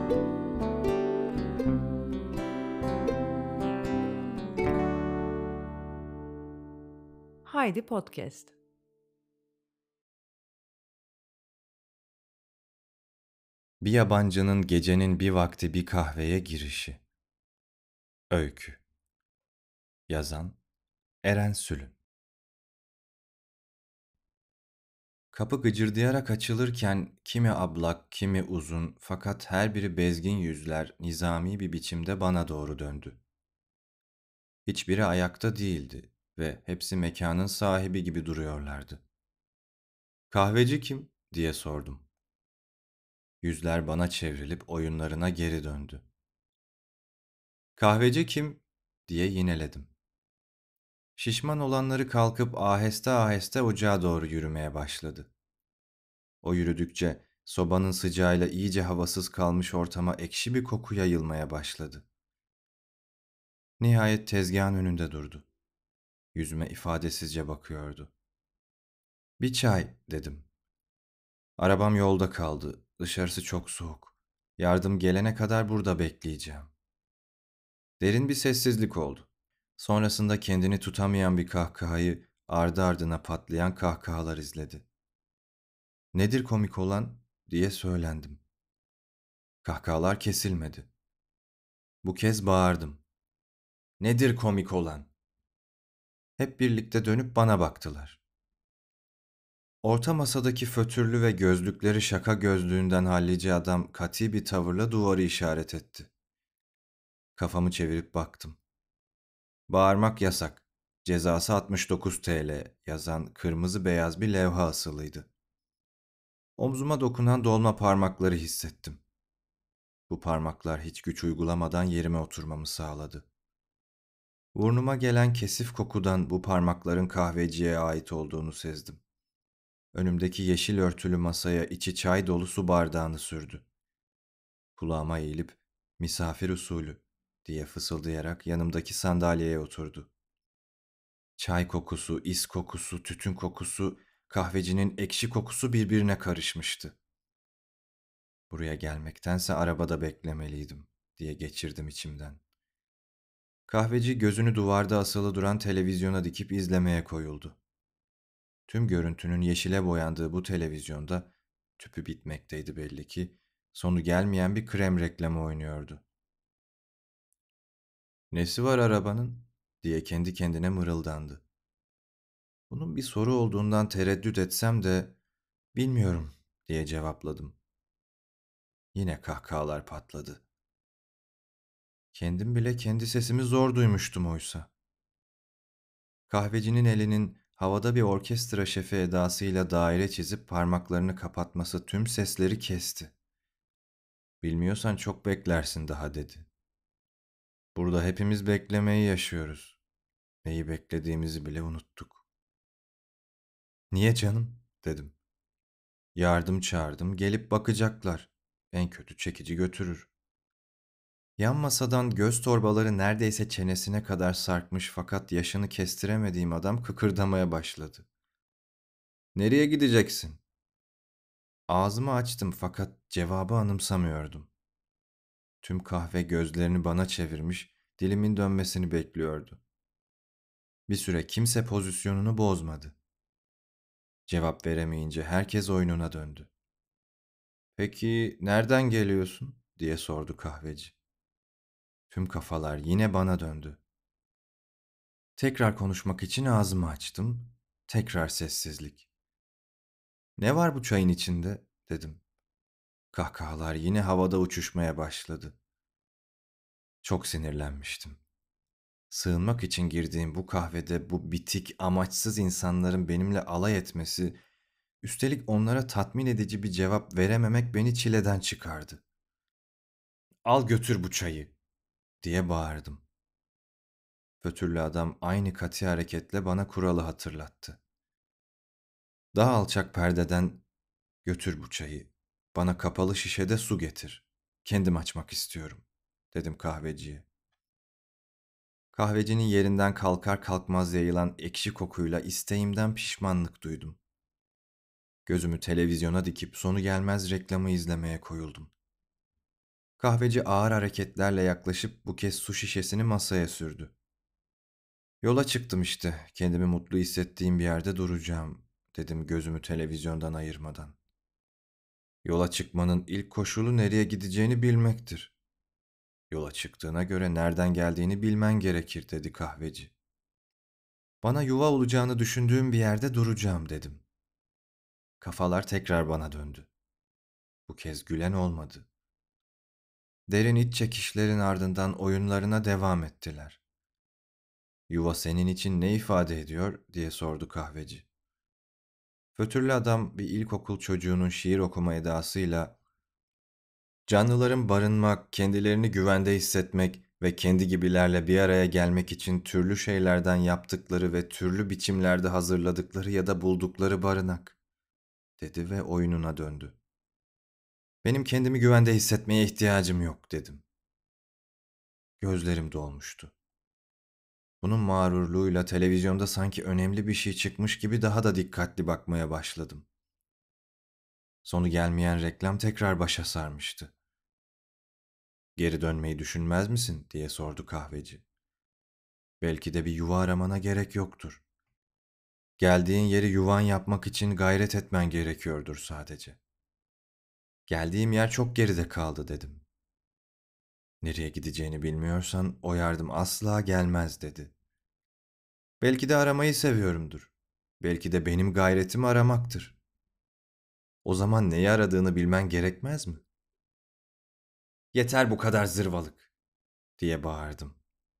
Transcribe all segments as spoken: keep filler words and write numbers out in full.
Haydi Podcast. Bir yabancının gecenin bir vakti bir kahveye girişi. Öykü. Yazan Eren Sülün. Kapı gıcırdayarak açılırken kimi ablak, kimi uzun fakat her biri bezgin yüzler nizami bir biçimde bana doğru döndü. Hiçbiri ayakta değildi ve hepsi mekanın sahibi gibi duruyorlardı. Kahveci kim diye sordum. Yüzler bana çevrilip oyunlarına geri döndü. Kahveci kim diye yineledim. Şişman olanları kalkıp aheste aheste ocağa doğru yürümeye başladı. O yürüdükçe sobanın sıcağıyla iyice havasız kalmış ortama ekşi bir koku yayılmaya başladı. Nihayet tezgahın önünde durdu. Yüzüme ifadesizce bakıyordu. Bir çay dedim. Arabam yolda kaldı. Dışarısı çok soğuk. Yardım gelene kadar burada bekleyeceğim. Derin bir sessizlik oldu. Sonrasında kendini tutamayan bir kahkahayı ardı ardına patlayan kahkahalar izledi. Nedir komik olan diye söylendim. Kahkahalar kesilmedi. Bu kez bağırdım. Nedir komik olan? Hep birlikte dönüp bana baktılar. Orta masadaki fötürlü ve gözlükleri şaka gözlüğünden hallici adam kati bir tavırla duvarı işaret etti. Kafamı çevirip baktım. Bağırmak yasak. Cezası altmış dokuz T L yazan kırmızı beyaz bir levha asılıydı. Omzuma dokunan dolma parmakları hissettim. Bu parmaklar hiç güç uygulamadan yerime oturmamı sağladı. Burnuma gelen kesif kokudan bu parmakların kahveciye ait olduğunu sezdim. Önümdeki yeşil örtülü masaya içi çay dolu su bardağını sürdü. Kulağıma eğilip misafir usulü diye fısıldayarak yanımdaki sandalyeye oturdu. Çay kokusu, is kokusu, tütün kokusu, kahvecinin ekşi kokusu birbirine karışmıştı. Buraya gelmektense arabada beklemeliydim diye geçirdim içimden. Kahveci gözünü duvarda asılı duran televizyona dikip izlemeye koyuldu. Tüm görüntünün yeşile boyandığı bu televizyonda tüpü bitmekteydi belli ki, sonu gelmeyen bir krem reklamı oynuyordu. "Nesi var arabanın?" diye kendi kendine mırıldandı. Bunun bir soru olduğundan tereddüt etsem de bilmiyorum diye cevapladım. Yine kahkahalar patladı. Kendim bile kendi sesimi zor duymuştum oysa. Kahvecinin elinin havada bir orkestra şefi edasıyla daire çizip parmaklarını kapatması tüm sesleri kesti. "Bilmiyorsan çok beklersin daha," dedi. "Burada hepimiz beklemeyi yaşıyoruz. Neyi beklediğimizi bile unuttuk." "Niye canım?" dedim. "Yardım çağırdım, gelip bakacaklar. En kötü çekici götürür." Yan masadan göz torbaları neredeyse çenesine kadar sarkmış fakat yaşını kestiremediğim adam kıkırdamaya başladı. "Nereye gideceksin?" Ağzımı açtım fakat cevabı anımsamıyordum. Tüm kahve gözlerini bana çevirmiş, dilimin dönmesini bekliyordu. Bir süre kimse pozisyonunu bozmadı. Cevap veremeyince herkes oyununa döndü. "Peki nereden geliyorsun?" diye sordu kahveci. Tüm kafalar yine bana döndü. Tekrar konuşmak için ağzımı açtım. Tekrar sessizlik. "Ne var bu çayın içinde?" dedim. Kahkahalar yine havada uçuşmaya başladı. Çok sinirlenmiştim. Sığınmak için girdiğim bu kahvede bu bitik, amaçsız insanların benimle alay etmesi, üstelik onlara tatmin edici bir cevap verememek beni çileden çıkardı. "Al götür bu çayı," diye bağırdım. Fötürlü adam aynı katı hareketle bana kuralı hatırlattı. Daha alçak perdeden "Götür bu çayı, bana kapalı şişede su getir. Kendim açmak istiyorum," dedim kahveciye. Kahvecinin yerinden kalkar kalkmaz yayılan ekşi kokuyla isteğimden pişmanlık duydum. Gözümü televizyona dikip sonu gelmez reklamı izlemeye koyuldum. Kahveci ağır hareketlerle yaklaşıp bu kez su şişesini masaya sürdü. Yola çıktım işte. Kendimi mutlu hissettiğim bir yerde duracağım, dedim gözümü televizyondan ayırmadan. Yola çıkmanın ilk koşulu nereye gideceğini bilmektir. Yola çıktığına göre nereden geldiğini bilmen gerekir, dedi kahveci. Bana yuva olacağını düşündüğüm bir yerde duracağım, dedim. Kafalar tekrar bana döndü. Bu kez gülen olmadı. Derin iç çekişlerin ardından oyunlarına devam ettiler. Yuva senin için ne ifade ediyor diye sordu kahveci. Fötürlü adam bir ilkokul çocuğunun şiir okuma edasıyla canlıların barınmak, kendilerini güvende hissetmek ve kendi gibilerle bir araya gelmek için türlü şeylerden yaptıkları ve türlü biçimlerde hazırladıkları ya da buldukları barınak, dedi ve oyununa döndü. Benim kendimi güvende hissetmeye ihtiyacım yok, dedim. Gözlerim dolmuştu. Bunun mağrurluğuyla televizyonda sanki önemli bir şey çıkmış gibi daha da dikkatli bakmaya başladım. Sonu gelmeyen reklam tekrar başa sarmıştı. Geri dönmeyi düşünmez misin diye sordu kahveci. Belki de bir yuva aramana gerek yoktur. Geldiğin yeri yuvan yapmak için gayret etmen gerekiyordur sadece. Geldiğim yer çok geride kaldı, dedim. Nereye gideceğini bilmiyorsan o yardım asla gelmez, dedi. Belki de aramayı seviyorumdur. Belki de benim gayretim aramaktır. O zaman neyi aradığını bilmen gerekmez mi? Yeter bu kadar zırvalık, diye bağırdım.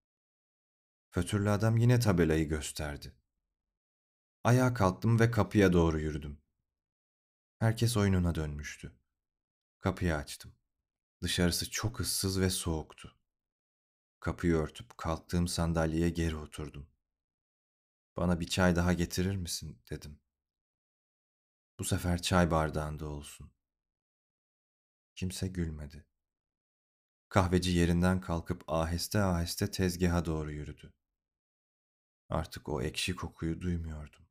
Fötürlü adam yine tabelayı gösterdi. Ayağa kalktım ve kapıya doğru yürüdüm. Herkes oyununa dönmüştü. Kapıyı açtım. Dışarısı çok ıssız ve soğuktu. Kapıyı örtüp kalktığım sandalyeye geri oturdum. Bana bir çay daha getirir misin, dedim. Bu sefer çay bardağında olsun. Kimse gülmedi. Kahveci yerinden kalkıp aheste aheste tezgaha doğru yürüdü. Artık o ekşi kokuyu duymuyordum.